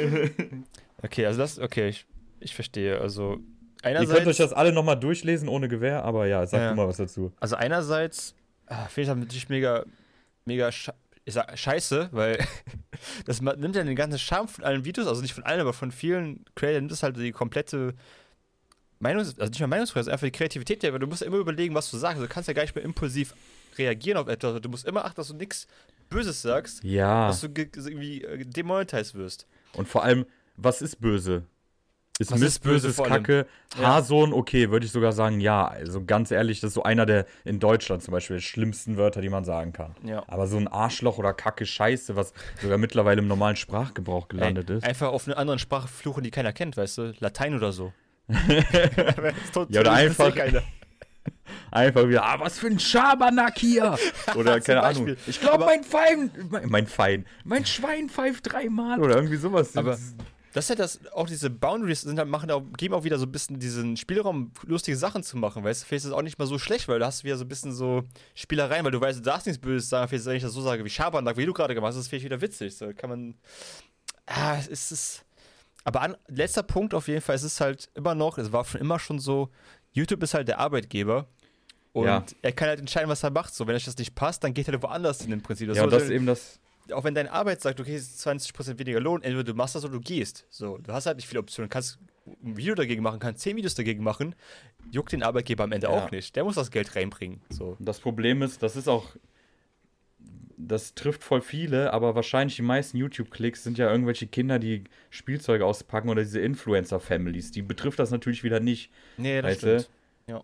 Okay, also okay, ich verstehe. Also, Ihr könnt euch einerseits, das alle nochmal durchlesen ohne Gewehr, aber ja, sag Ja. du mal was dazu. finde ich das natürlich mega scheiße, weil das nimmt ja den ganzen Charme von allen Videos, also nicht von allen, aber von vielen Creators nimmt das halt die komplette also nicht mehr Meinungsfreiheit, sondern einfach die Kreativität, weil du musst ja immer überlegen, was du sagst. Also du kannst ja gar nicht mehr impulsiv reagieren auf etwas. Du musst immer achten, dass du nichts Böses sagst, Ja. dass du irgendwie demonetized wirst. Und vor allem, was ist böse? Ist Was Mist ist böse böse, vor allem? Kacke? Ja. Haarsohn, okay, würde ich sogar sagen, ja. Also ganz ehrlich, das ist so einer der in Deutschland zum Beispiel der schlimmsten Wörter, die man sagen kann. Ja. Aber so ein Arschloch oder Kacke, Scheiße, was sogar mittlerweile im normalen Sprachgebrauch gelandet ist. Einfach auf eine andere Sprache fluchen, die keiner kennt, weißt du? Latein oder so. Ja, oder einfach- Keiner. Einfach wieder, was für ein Schabernack hier. Oder Zum keine Ahnung. Beispiel. Ich glaube, Aber- mein Schwein pfeift 3-mal oder irgendwie sowas. Aber das ist ja das, auch diese Boundaries geben auch wieder so ein bisschen diesen Spielraum, lustige Sachen zu machen, weißt du? Vielleicht ist es auch nicht mal so schlecht, weil du hast wieder so ein bisschen so Spielereien, weil du weißt, du darfst nichts Böses sagen. Vielleicht, wenn ich das so sage wie Schabernack, wie du gerade gemacht hast, ist das vielleicht wieder witzig. So kann man. Es ist. Aber letzter Punkt auf jeden Fall, es ist halt immer noch, es war schon immer schon so, YouTube ist halt der Arbeitgeber und Ja. er kann halt entscheiden, was er macht. So, wenn euch das nicht passt, dann geht er halt woanders hin im Prinzip. ja, und das ist eben das. Auch wenn deine Arbeit sagt, okay, es ist 20% weniger Lohn, entweder du machst das oder du gehst. So, du hast halt nicht viele Optionen. Du kannst ein Video dagegen machen, kannst 10 Videos dagegen machen. Juckt den Arbeitgeber am Ende Ja. auch nicht. Der muss das Geld reinbringen. So. Das Problem ist, das trifft voll viele, aber wahrscheinlich die meisten YouTube-Klicks sind ja irgendwelche Kinder, die Spielzeuge auspacken oder diese Influencer-Families. Die betrifft das natürlich wieder nicht. Nee, das Weißt du? stimmt.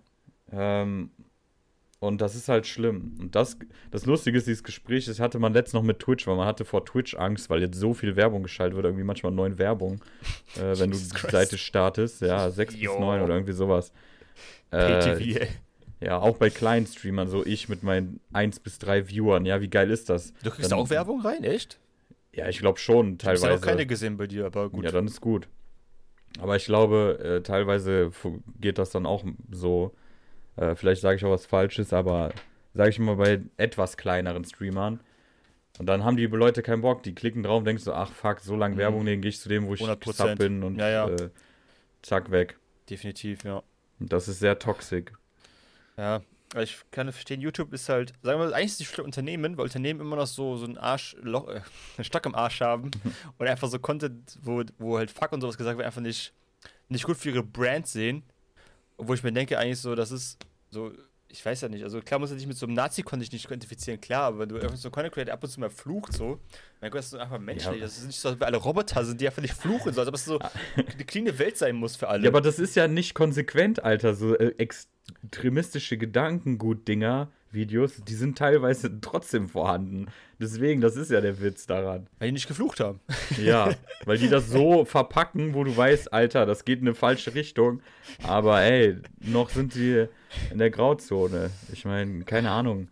Und das ist halt schlimm. Und das Lustige ist, dieses Gespräch, das hatte man letztens noch mit Twitch, weil man hatte vor Twitch Angst, weil jetzt so viel Werbung geschaltet wird, irgendwie manchmal 9 Werbung, wenn du Jesus die Christ. Seite startest. Ja, 6 bis Jo. 9 oder irgendwie sowas. PayTV, ey. Ja, auch bei kleinen Streamern, so ich mit meinen 1 bis 3 Viewern. Ja, wie geil ist das? Du kriegst Dann- auch Werbung rein, echt? Ja, ich glaube schon, Ich habe teilweise. auch keine gesehen bei dir, aber gut. Ja, dann ist gut. Aber ich glaube, teilweise geht das dann auch so, Vielleicht sage ich auch was Falsches, aber sage ich mal bei etwas kleineren Streamern. Und dann haben die Leute keinen Bock, die klicken drauf und denken so, ach fuck, so lange Werbung, dann gehe ich zu dem, wo ich 100%. gesubbt bin und Ja. zack, weg. Definitiv, ja. Und das ist sehr toxisch. Ja, also ich kann verstehen, YouTube ist halt, sagen wir mal, eigentlich ist es für Unternehmen, weil Unternehmen immer noch so ein Arschloch, einen Stock im Arsch haben und einfach so Content, wo halt Fuck und sowas gesagt wird, einfach nicht gut für ihre Brand sehen. Obwohl ich mir denke, eigentlich so, das ist so, ich weiß ja nicht, also klar muss er sich mit so einem Nazi-Content nicht identifizieren, klar, aber wenn du irgendwie so einen Content Creator ab und zu mal flucht, so, mein Gott, das ist einfach menschlich, das ist nicht so, dass wir alle Roboter sind, die einfach nicht fluchen, so, als ob es so eine cleane Welt sein muss für alle. Ja, aber das ist ja nicht konsequent, Alter, so extremistische Gedankengut-Dinger, Videos, die sind teilweise trotzdem vorhanden. Deswegen, das ist ja der Witz daran. Weil die nicht geflucht haben. Ja, weil die das so verpacken, wo du weißt, Alter, das geht in eine falsche Richtung. Aber ey, noch sind die in der Grauzone. Ich meine, keine Ahnung.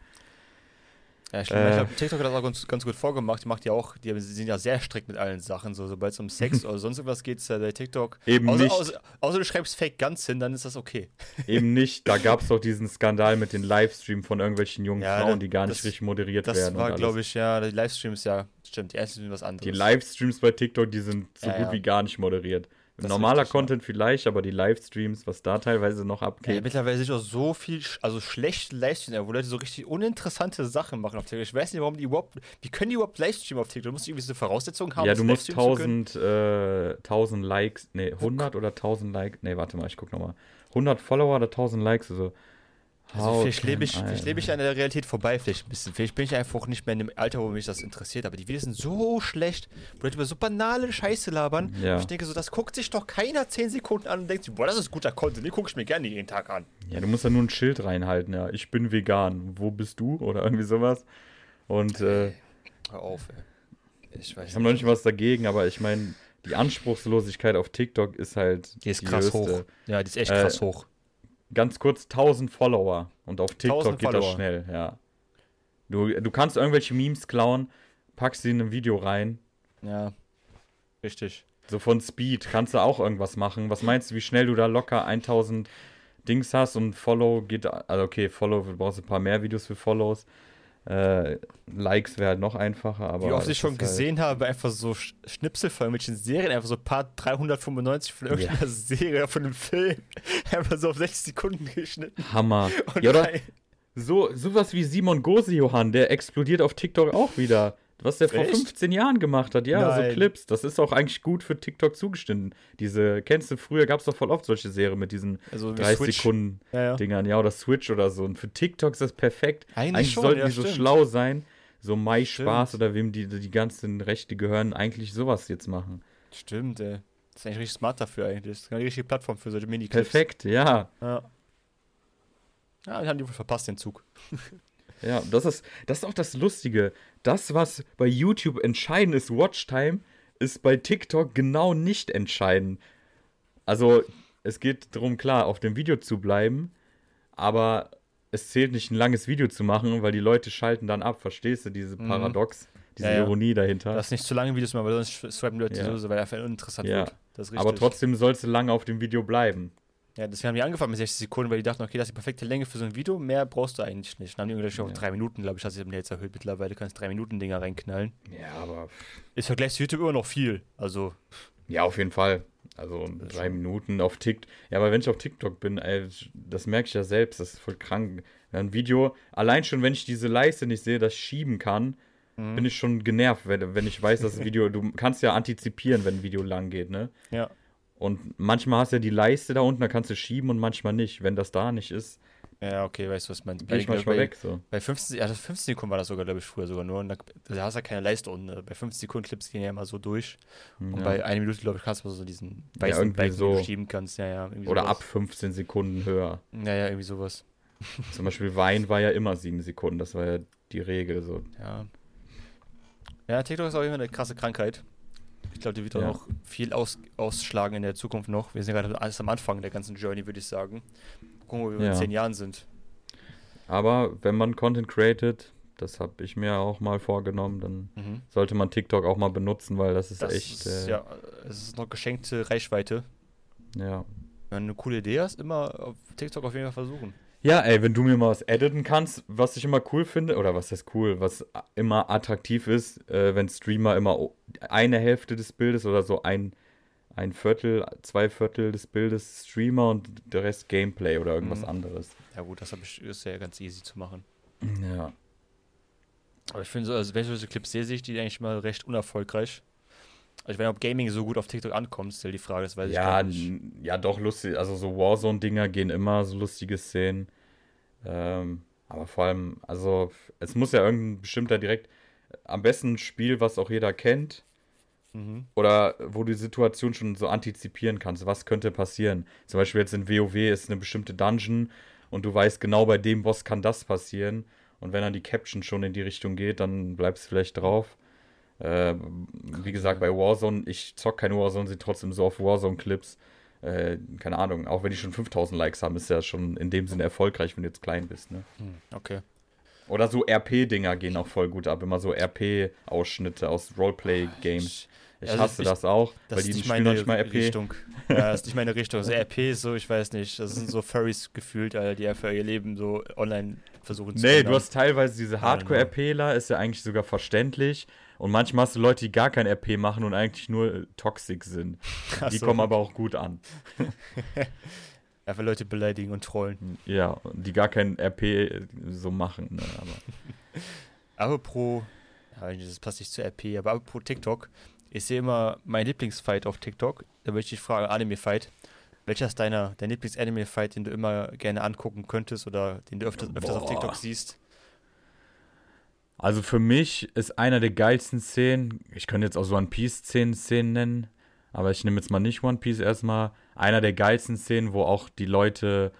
Ja, ich glaube, TikTok hat das auch ganz gut vorgemacht. Die sind ja sehr strikt mit allen Sachen. So, sobald es um Sex oder sonst irgendwas geht, ist ja bei TikTok. Eben nicht. Außer du schreibst Fake Guns hin, dann ist das okay. Eben nicht. Da gab es doch diesen Skandal mit den Livestreams von irgendwelchen jungen Frauen, die gar nicht richtig moderiert werden. Das war, glaube ich, ja, die Livestreams, ja, stimmt. Die ersten sind was anderes. Die Livestreams bei TikTok, die sind so gut wie gar nicht moderiert. Normaler Content vielleicht, aber die Livestreams, was da teilweise noch abgeht. Ja, mittlerweile sehe ich auch so viel, also schlechte Livestreams, wo Leute so richtig uninteressante Sachen machen auf TikTok. Ich weiß nicht, wie können die überhaupt Livestreamen auf TikTok? Du musst irgendwie so eine Voraussetzung haben. Ja, du musst 1000 Likes, 100 oder 1000 Likes, warte mal, ich guck nochmal. 100 Follower oder 1000 Likes, also. Also vielleicht lebe ich an der Realität vorbei, vielleicht ein bisschen. Vielleicht bin ich einfach nicht mehr in dem Alter, wo mich das interessiert. Aber die Videos sind so schlecht, wo Leute über so banale Scheiße labern. Ja. Und ich denke so, das guckt sich doch keiner 10 Sekunden an und denkt sich, boah, das ist guter Content, den gucke ich mir gerne jeden Tag an. Ja, du musst ja nur ein Schild reinhalten, ja. Ich bin vegan. Wo bist du? Oder irgendwie sowas. Und, Hör auf, ey. Ich habe noch nicht was dagegen, aber ich meine, die Anspruchslosigkeit auf TikTok ist halt. Die ist krass hoch. Ja, die ist echt krass hoch. Ganz kurz 1000 Follower und auf TikTok geht Follower. Das schnell, ja. Du kannst irgendwelche Memes klauen, packst sie in ein Video rein. Ja, richtig. So von Speed kannst du auch irgendwas machen. Was meinst du, wie schnell du da locker 1000 Dings hast und Follow geht, also okay, Follow, du brauchst ein paar mehr Videos für Follows. Likes wäre halt noch einfacher, aber. Wie oft ich schon gesehen habe, einfach so Schnipsel von irgendwelchen Serien, einfach so Part 395 von irgendeiner Serie, von einem Film, einfach so auf 60 Sekunden geschnitten. Hammer. Ja, oder sowas wie Simon Gose-Johann, der explodiert auf TikTok auch wieder. Was der vor 15 Jahren gemacht hat, ja, so Clips. Das ist auch eigentlich gut für TikTok zugeschnitten. Kennst du, früher gab es doch voll oft solche Serien mit diesen 30 Sekunden Dingern, ja, oder Switch oder so. Und für TikTok ist das perfekt. Eigentlich schon, sollten die so schlau sein, so MySpaß oder wem die ganzen Rechte gehören, eigentlich sowas jetzt machen. Stimmt, ey. Das ist eigentlich richtig smart dafür eigentlich. Das ist eine richtige Plattform für solche Mini-Clips. Perfekt, ja. Ja, wir haben die wohl verpasst, den Zug. Ja, das ist auch das Lustige. Das, was bei YouTube entscheidend ist, Watchtime, ist bei TikTok genau nicht entscheidend. Also, es geht darum, klar, auf dem Video zu bleiben, aber es zählt nicht, ein langes Video zu machen, weil die Leute schalten dann ab. Verstehst du, diese Paradox, diese Ironie dahinter? Das ist nicht zu lange Videos machen, weil sonst swipen Leute so, weil er einfach uninteressant wird. Das ist richtig. Aber trotzdem sollst du lange auf dem Video bleiben. Ja, deswegen haben die angefangen mit 60 Sekunden, weil die dachten, okay, das ist die perfekte Länge für so ein Video, mehr brauchst du eigentlich nicht. Dann haben die irgendwie auf 3 Minuten, glaube ich, das ist jetzt erhöht mittlerweile, du kannst 3-Minuten-Dinger reinknallen. Ja, aber. Ist vergleich zu YouTube immer noch viel, also. Ja, auf jeden Fall. Also 3 Minuten auf TikTok. Ja, aber wenn ich auf TikTok bin, ey, das merke ich ja selbst, das ist voll krank. Ein Video, allein schon, wenn ich diese Leiste nicht sehe, das ich schieben kann, bin ich schon genervt, wenn ich weiß, dass das Video, du kannst ja antizipieren, wenn ein Video lang geht, ne? Ja. Und manchmal hast du ja die Leiste da unten, da kannst du schieben und manchmal nicht. Wenn das da nicht ist, ja, okay, weißt du, was man. Geh ich manchmal weg, so. Bei 15 Sekunden war das sogar, glaube ich, früher sogar nur. Und da hast du ja keine Leiste unten. Bei 15 Sekunden Clips gehen ja immer so durch. Und bei 1 Minute, glaube ich, kannst du so diesen weißen Balken, den du schieben kannst. Ja, irgendwie oder sowas. ab 15 Sekunden höher. Ja, irgendwie sowas. Zum Beispiel Wein war ja immer 7 Sekunden. Das war ja die Regel, so. Ja. Ja, TikTok ist auch immer eine krasse Krankheit. Ich glaube, die wird auch noch viel ausschlagen in der Zukunft noch. Wir sind gerade alles am Anfang der ganzen Journey, würde ich sagen. Gucken, wo wir in 10 Jahren sind. Aber wenn man Content created, das habe ich mir auch mal vorgenommen, dann sollte man TikTok auch mal benutzen, weil das ist echt... Ja, es ist noch geschenkte Reichweite. Ja. Wenn du eine coole Idee hast, immer auf TikTok auf jeden Fall versuchen. Ja, ey, wenn du mir mal was editen kannst, was ich immer cool finde, oder was heißt cool, was immer attraktiv ist, wenn Streamer immer eine Hälfte des Bildes oder so ein Viertel, zwei Viertel des Bildes Streamer und der Rest Gameplay oder irgendwas anderes. Ja gut, ist ja ganz easy zu machen. Ja. Aber ich finde so, also wenn ich solche Clips sehe ich die eigentlich mal recht unerfolgreich. Also ich weiß nicht, ob Gaming so gut auf TikTok ankommt, ist ja die Frage, das weiß ich gar nicht. Ja, doch lustig. Also so Warzone-Dinger gehen immer, so lustige Szenen. Aber vor allem, also es muss ja irgendein bestimmter direkt, am besten ein Spiel, was auch jeder kennt. Mhm. Oder wo du die Situation schon so antizipieren kannst. Was könnte passieren? Zum Beispiel jetzt in WoW ist eine bestimmte Dungeon und du weißt genau, bei dem Boss kann das passieren. Und wenn dann die Caption schon in die Richtung geht, dann bleibst du vielleicht drauf. Wie gesagt, bei Warzone, ich zock keine Warzone, sehe trotzdem so auf Warzone-Clips. Keine Ahnung, auch wenn die schon 5000 Likes haben, ist ja schon in dem Sinne erfolgreich, wenn du jetzt klein bist. Ne? Okay. Oder so RP-Dinger gehen auch voll gut ab. Immer so RP-Ausschnitte aus Roleplay-Games. Ich hasse das auch, weil die spielen noch nicht mal RP. Richtung. Ja, das ist nicht meine Richtung. Also RP ist so, ich weiß nicht, das sind so Furries gefühlt, Alter, die einfach ihr Leben so online versuchen zu ändern. Nee, du hast teilweise diese Hardcore-RPler, ist ja eigentlich sogar verständlich. Und manchmal hast du Leute, die gar kein RP machen und eigentlich nur toxic sind. Die kommen aber auch gut an. Einfach Leute beleidigen und trollen. Ja, die gar kein RP so machen. Ne, Apropos, ja, das passt nicht zu RP, aber apropos TikTok, ich sehe immer meinen Lieblingsfight auf TikTok. Da würde ich dich fragen, Anime-Fight. Welcher ist dein Lieblings-Anime-Fight, den du immer gerne angucken könntest oder den du öfters auf TikTok siehst? Also für mich ist einer der geilsten Szenen, ich könnte jetzt auch so One Piece-Szenen nennen, aber ich nehme jetzt mal nicht One Piece erstmal, einer der geilsten Szenen, wo auch die Leute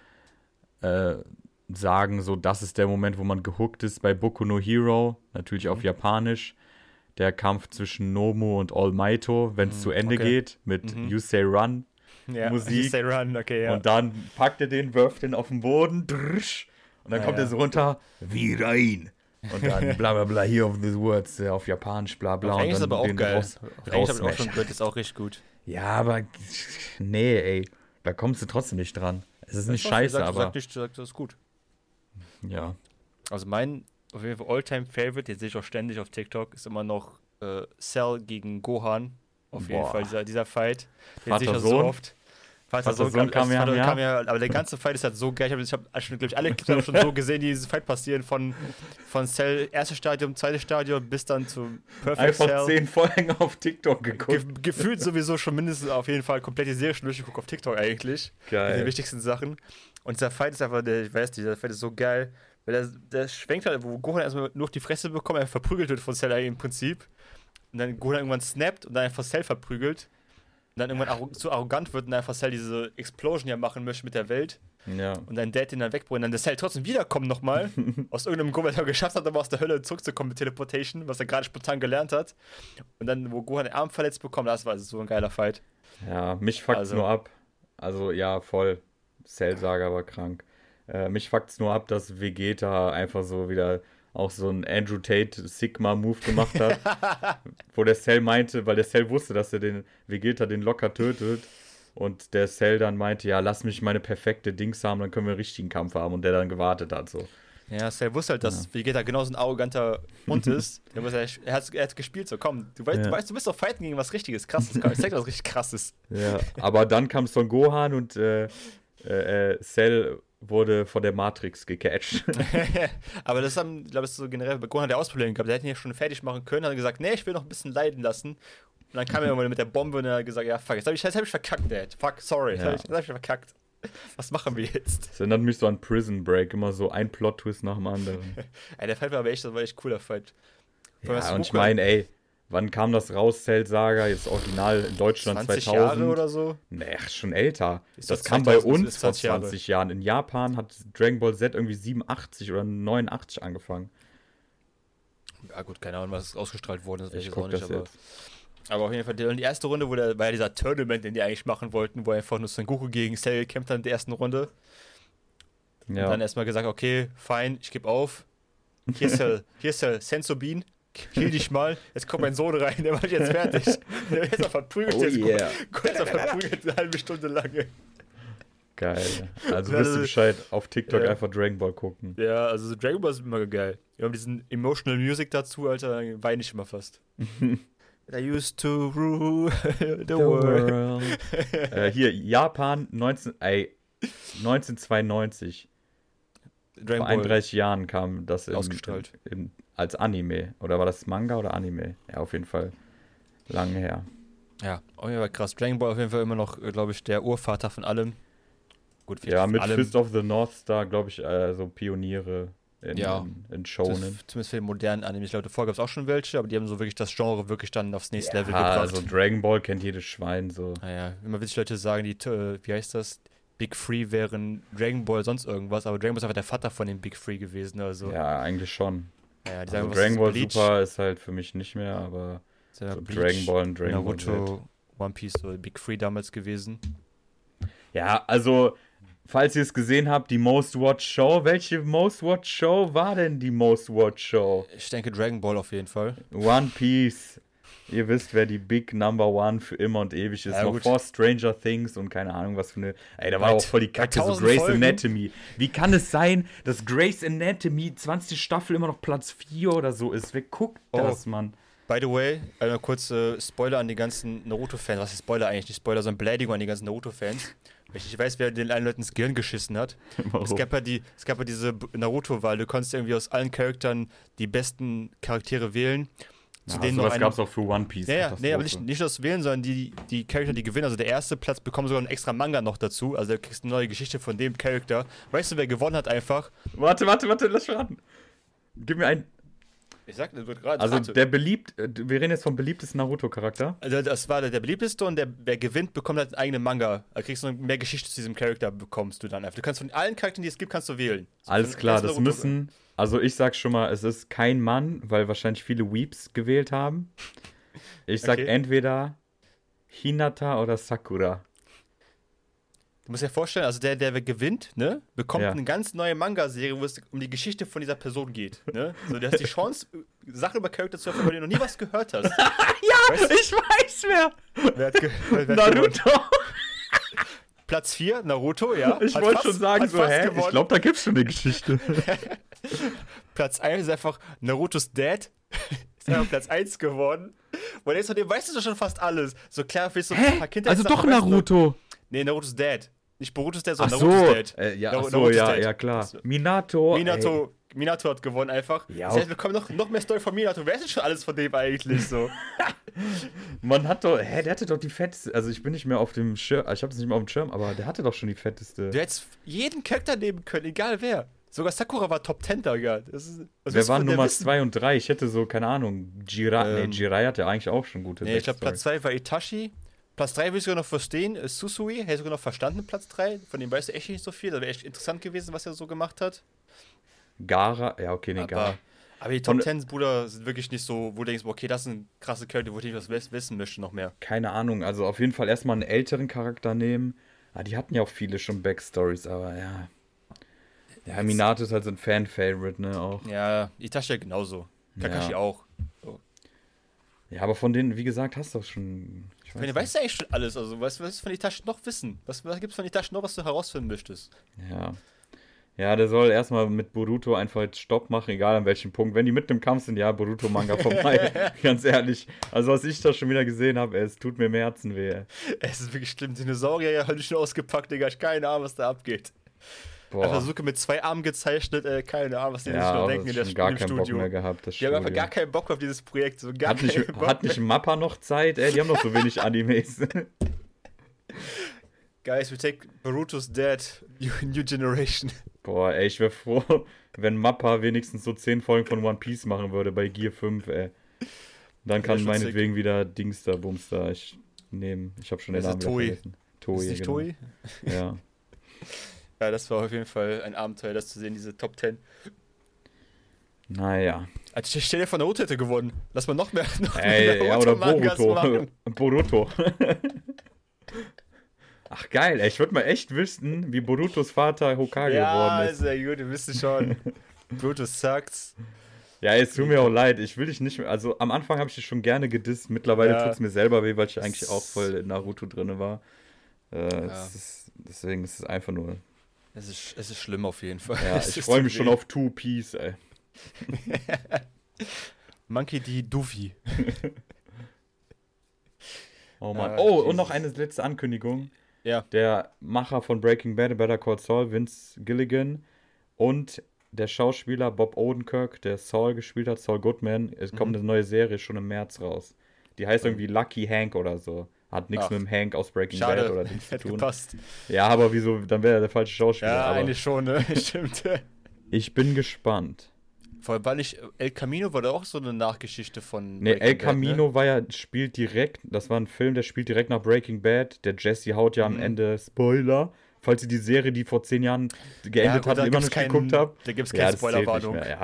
sagen, so das ist der Moment, wo man gehuckt ist bei Boku no Hero, natürlich auf Japanisch. Der Kampf zwischen Nomu und All Might, wenn es zu Ende geht, mit You Say Run Musik. You Say Run, okay, ja. Und dann packt er den, wirft den auf den Boden, und dann kommt er so runter, wie rein. Und dann bla bla bla, here of these words, auf Japanisch, bla bla. Auf Englisch ist aber auch geil. Auf Englisch habe ich auch schon gehört, ist auch richtig gut. Ja, aber nee, ey, da kommst du trotzdem nicht dran. Es ist nicht scheiße, aber... Das ist gut. Ja. Also mein, auf jeden Fall All-Time-Favorite, jetzt sehe ich auch ständig auf TikTok, ist immer noch Cell gegen Gohan. Auf jeden Fall, dieser Fight. Den sehe ich auch so oft. Vater-Sohn kam ja. Aber der ganze Fight ist halt so geil. Ich habe schon, glaube ich, alle Clips schon so gesehen, die dieses Fight passieren. Von Cell, erstes Stadium, zweites Stadium, bis dann zu Perfect Cell. Einfach 10 Folgen auf TikTok geguckt. Gefühlt sowieso schon mindestens auf jeden Fall komplett die Serie schon durchgeguckt auf TikTok eigentlich. Geil. Die wichtigsten Sachen. Und dieser Fight ist einfach, ich weiß nicht, dieser Fight ist so geil. Weil der schwenkt halt, wo Gohan erstmal nur auf die Fresse bekommt, er verprügelt wird von Cell im Prinzip. Und dann Gohan irgendwann snappt und dann einfach Cell verprügelt. Und dann irgendwann so arrogant wird und einfach Cell diese Explosion ja machen möchte mit der Welt. Ja. Und dann Dad den dann wegbringt und dann der Cell trotzdem wiederkommt nochmal. Aus irgendeinem Grund, weil er geschafft hat, aber aus der Hölle zurückzukommen mit Teleportation, was er gerade spontan gelernt hat. Und dann, wo Gohan den Arm verletzt bekommt, das war also so ein geiler Fight. Ja, mich fuckt's nur ab. Also ja, voll. Cell-Saga war krank. Mich fuckt's nur ab, dass Vegeta einfach so wieder auch so einen Andrew Tate Sigma-Move gemacht hat, wo der Cell meinte, weil der Cell wusste, dass er den Vegeta den locker tötet und der Cell dann meinte, ja, lass mich meine perfekte Dings haben, dann können wir einen richtigen Kampf haben und der dann gewartet hat, so. Ja, Cell wusste halt, dass Vegeta genauso ein arroganter Hund ist. Er hat gespielt, so komm, du weißt, du bist doch fighten gegen was Richtiges, Krasses. Ich zeig dir was richtig Krasses. Ja, aber dann kam Son Gohan und Cell wurde von der Matrix gecatcht. Aber das haben, glaube ich, so generell bei Gohan der Ausprobieren gehabt. Der hätte ihn ja schon fertig machen können, hat gesagt, nee, ich will noch ein bisschen leiden lassen. Und dann kam er immer mit der Bombe und er hat gesagt, ja, fuck, jetzt hab ich verkackt, Dad. Fuck, sorry, jetzt hab ich verkackt. Was machen wir jetzt? Das erinnert mich so an Prison Break, immer so ein Plot-Twist nach dem anderen. Ey, der Fight war aber echt, das war echt cooler Fight. Ja, und ich meine, ey, wann kam das raus, Cell-Saga? Jetzt original in Deutschland 20 2000? Jahre oder so? Nee, schon älter. Ist das das kam bei 2000, uns vor 20 Jahren. In Japan hat Dragon Ball Z irgendwie 87 oder 89 angefangen. Ja gut, keine Ahnung, was ausgestrahlt worden ist. Ich guck das jetzt. Aber auf jeden Fall, die erste Runde, war ja dieser Tournament, den die eigentlich machen wollten, wo einfach nur Son Goku gegen Cell gekämpft hat in der ersten Runde. Ja. Und dann erstmal gesagt, okay, fein, ich gebe auf. Hier ist Cell, Senso Bean. Heal dich mal, jetzt kommt mein Sohn rein, der macht jetzt fertig. Der ist auch verprügelt kurz verprügelt eine halbe Stunde lang. Geil. Also Ja, wisst ihr das- Bescheid, auf TikTok Ja. einfach Dragon Ball gucken. Ja, also so Dragon Ball ist immer geil. Wir haben diesen Emotional Music dazu, Alter, da weine ich immer fast. I used to rule the world. Hier, Japan 1992. Dragon Vor 31 Jahren kam das Ausgestrahlt. als Anime. Oder war das Manga oder Anime? Ja, auf jeden Fall lange her. Ja, auf jeden Fall krass. Dragon Ball auf jeden Fall immer noch, glaube ich, der Urvater von allem. Gut, Ja, von mit allem. Fist of the North Star, glaube ich, so Pioniere in Ja. Shonen. Zumindest für den modernen Anime. Ich glaube, davor gab es auch schon welche, aber die haben so wirklich das Genre wirklich dann aufs nächste Level Ja, gebracht. also Dragon Ball kennt jedes Schwein so. Naja, immer witzig Leute sagen, wie heißt das? Big Three wären Dragon Ball sonst irgendwas, aber Dragon Ball ist einfach der Vater von den Big Three gewesen. Also, Ja, eigentlich schon. ja, die Also was Dragon ist Ball Bleach? Super ist halt für mich nicht mehr, aber Ja, so Bleach, Dragon Ball und Dragon Ball Z. Naruto, One Piece, so Big Three damals gewesen. Ja, also, falls ihr es gesehen habt, die Most Watched Show. Welche Most Watched Show war denn die Most Watched Show? Ich denke Dragon Ball auf jeden Fall. One Piece. Ihr wisst, wer die Big Number One für immer und ewig ist. Ja, Noch gut. vor Stranger Things und keine Ahnung, was für eine. Ey, da war Bei- auch voll die bei Kacke, so 1000 Grey's Folgen. Anatomy. Wie kann es sein, dass Grey's Anatomy 20. Staffel immer noch Platz 4 oder so ist? Wer guckt Oh. das, Mann? By the way, eine kurze Spoiler an die ganzen Naruto-Fans. Was ist Spoiler eigentlich? Nicht Spoiler, sondern Beleidigung an die ganzen Naruto-Fans. Weil ich nicht weiß, wer den einen Leuten ins Gehirn geschissen hat. Es gab ja diese Naruto-Wahl. Du konntest irgendwie aus allen Charakteren die besten Charaktere wählen. Zu Ja, denen noch sowas eine- gab es auch für One Piece. Ja, ja, nee, aber Katastrophe. nicht das Wählen, sondern die Charakter, die gewinnen. Also der erste Platz bekommt sogar einen extra Manga noch dazu. Also du kriegst eine neue Geschichte von dem Charakter. Weißt du, wer gewonnen hat einfach? Warte, lass schon raten. Gib mir ein. Ich sag, das wird gerade. Also wir reden jetzt vom beliebtesten Naruto-Charakter. Also das war der beliebteste und wer gewinnt, bekommt halt einen eigenen Manga. Da kriegst du mehr Geschichte zu diesem Charakter, bekommst du dann einfach. Du kannst von allen Charakteren, die es gibt, kannst du wählen. So Alles von klar, ersten das Naruto- müssen. Also ich sag schon mal, es ist kein Mann, weil wahrscheinlich viele Weeps gewählt haben. Ich sag Okay. entweder Hinata oder Sakura. Du musst dir vorstellen, also der gewinnt, ne, bekommt Ja. eine ganz neue Manga-Serie, wo es um die Geschichte von dieser Person geht. Ne? So, du hast die Chance, Sachen über Charakter zu erfahren, von denen du noch nie was gehört hast. Weißt du, Ich weiß wer! wer hat gewonnen? Naruto! Platz 4, Naruto, ja. Ich Hat wollte fast- schon sagen, hat so, fast hä? gewonnen. Ich glaube, da gibt's schon eine Geschichte. Platz 1 ist einfach Narutos Dad. Ist einfach Platz 1 geworden. Und jetzt von dem weißt du doch schon fast alles. So klar, willst du ein paar Also doch Kindheitssachen, weißt du noch? Naruto. Nee, Narutos Dad. Nicht Borutos Dad, Ach sondern so, Narutos Dad. ja, Nar- ach so, Narutos ja, Dad. ja, klar. So. Minato. Minato hat gewonnen einfach. Ja, Das heißt, wir bekommen noch mehr Story von Minato. Wer ist denn schon alles von dem eigentlich so? Man hat doch, der hatte doch die fetteste, also ich bin nicht mehr auf dem Schirm, ich habe es nicht mehr auf dem Schirm, aber der hatte doch schon die fetteste. Du hättest jeden Charakter nehmen können, egal wer. Sogar Sakura war Top 10 da, ja. Was Wer willst du waren von der Nummer wissen? 2 und 3? Ich hätte so, keine Ahnung, Jirai hat ja eigentlich auch schon gute Nee, ich glaube, Backstory. Platz 2 war Itachi. Platz 3 will ich sogar noch verstehen. Susui, hätte ich sogar noch verstanden, Platz 3. Von dem weißt du echt nicht so viel. Das wäre echt interessant gewesen, was er so gemacht hat. Gara, ja, okay, nee, Gara. Aber die Top Und- 10, Bruder, sind wirklich nicht so, wo du denkst, okay, das ist ein krasse Charakter, wo ich was wissen möchte noch mehr. Keine Ahnung, also auf jeden Fall erstmal einen älteren Charakter nehmen. Ah, die hatten ja auch viele schon Backstories, aber ja. Ja, Minato ist halt so ein Fan-Favorite, ne, auch. Ja, Itachi genauso. Kakashi Ja. auch. Ja, aber von denen, wie gesagt, hast du auch schon. Ich Von denen weißt du eigentlich schon alles. Also, was willst du von Itachi noch wissen? Was gibt es von Itachi noch, was du herausfinden möchtest? Ja. Ja, der soll erstmal mit Boruto einfach jetzt Stopp machen, egal an welchem Punkt. Wenn die mitten im Kampf sind, ja, Boruto-Manga vorbei. Ganz ehrlich. Also, was ich da schon wieder gesehen habe, es tut mir im Herzen weh. Ey. Es ist wirklich schlimm. Dinosaurier ja heute schon ausgepackt, Digga. Ich hab keine Ahnung, was da abgeht. Einfach Suke mit 2 Armen gezeichnet, keine Ahnung, was die sich Ja, noch aber denken in schon der gar im keinen Bock Studio. mehr gehabt, das Die haben einfach Studio. gar keinen Bock auf dieses Projekt. So gar Hat nicht, keinen Bock. hat nicht Mappa noch Zeit? Ey, die haben doch so wenig Animes. Guys, we take Boruto's Dad, New Generation. Boah, ey, ich wäre froh, wenn Mappa wenigstens so 10 Folgen von One Piece machen würde bei Gear 5, ey. Dann kann schon meinetwegen wieder Dings da, Bums da. Ich habe schon den Das Namen ist wieder Toei. vergessen. Toei, Ist nicht genau. Toei? Ja. Ja, das war auf jeden Fall ein Abenteuer, das zu sehen, diese Top 10. Naja. Also ich stell dir vor, Naruto hätte gewonnen. Lass mal noch mehr Ey, ja, oder Naruto-Mangas Boruto. machen. Boruto. Ach geil, ey, ich würde mal echt wissen, wie Borutos Vater Hokage Ja, geworden ist. sehr gut, wir wissen schon. Boruto sucks. Ja, es tut mir auch leid, ich will dich nicht mehr, also am Anfang habe ich dich schon gerne gedisst, mittlerweile Ja. tut es mir selber weh, weil ich eigentlich auch voll in Naruto drin war. Deswegen ist es einfach nur... Es ist schlimm auf jeden Fall. Ja, ich freue mich schon auf Two Piece, ey. Monkey D. Doofy. Oh Mann. Jesus. Und noch eine letzte Ankündigung. Ja. Der Macher von Breaking Bad, Better Call Saul, Vince Gilligan, und der Schauspieler Bob Odenkirk, der Saul gespielt hat, Saul Goodman, es kommt eine neue Serie schon im März raus. Die heißt irgendwie Lucky Hank oder so. Hat nichts mit dem Hank aus Breaking Bad oder nichts zu tun. Gepasst. Ja, aber wieso? Dann wäre er der falsche Schauspieler. Ja, aber eigentlich schon, ne? Stimmt. ich bin gespannt. Vor allem, weil El Camino war da auch so eine Nachgeschichte von. Ne, Breaking El Bad, Camino spielt direkt, das war ein Film, der spielt direkt nach Breaking Bad. Der Jesse haut ja am Ende, Spoiler, falls ihr die Serie, die vor 10 Jahren geendet hat, immer noch nicht geguckt habt. Da gibt es keine Spoilerwarnung. Ja.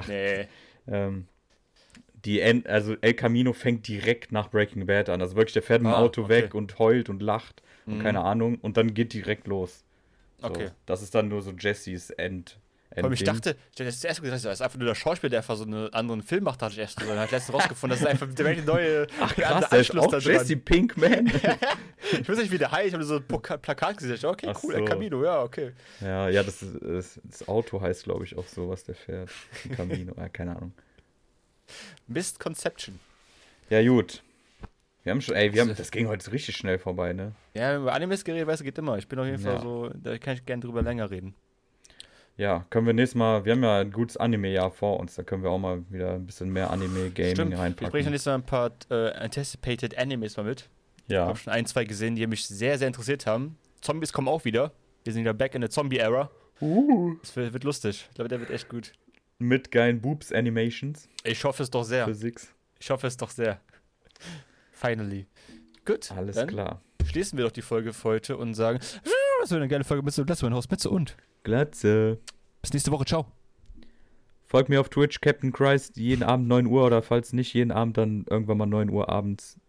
Nee. Also El Camino fängt direkt nach Breaking Bad an. Also wirklich, der fährt mit dem Auto weg und heult und lacht und keine Ahnung. Und dann geht direkt los. So, Okay. das ist dann nur so Jesses Weil ich dachte, das ist erst gesagt, das ist einfach nur der Schauspieler, der einfach so einen anderen Film macht, hatte ich erst so. Dann hat letztens rausgefunden, das ist einfach der neue krass, der ist auch da Jesse Pinkman. Ich weiß nicht, wie der heißt, ich habe so ein Plakat gesehen. Okay, cool, El Camino, ja, okay. Ja, das Auto heißt, glaube ich, auch so, was der fährt. Camino, keine Ahnung. Misconception. Ja, gut. Das ging heute richtig schnell vorbei, ne? Ja, über Animes geredet, weißt du, geht immer. Ich bin auf jeden Fall so, da kann ich gerne drüber länger reden. Ja, können wir nächstes Mal, wir haben ja ein gutes Anime-Jahr vor uns, da können wir auch mal wieder ein bisschen mehr Anime-Gaming reinpacken. Ich bringe nächstes Mal ein paar Anticipated Animes mal mit. Ja. Ich habe schon 1, 2 gesehen, die mich sehr, sehr interessiert haben. Zombies kommen auch wieder. Wir sind wieder back in the Zombie-Era. Das wird lustig. Ich glaube, der wird echt gut. Mit geilen Boobs-Animations. Ich hoffe es doch sehr. Physics. Ich hoffe es doch sehr. Finally. Gut. Alles dann klar. Schließen wir doch die Folge für heute und sagen, was für eine geile Folge mit Let's Haus Metze und Glatze. bis nächste Woche. Ciao. Folgt mir auf Twitch, Captain Christ, jeden Abend 9 Uhr oder falls nicht jeden Abend, dann irgendwann mal 9 Uhr abends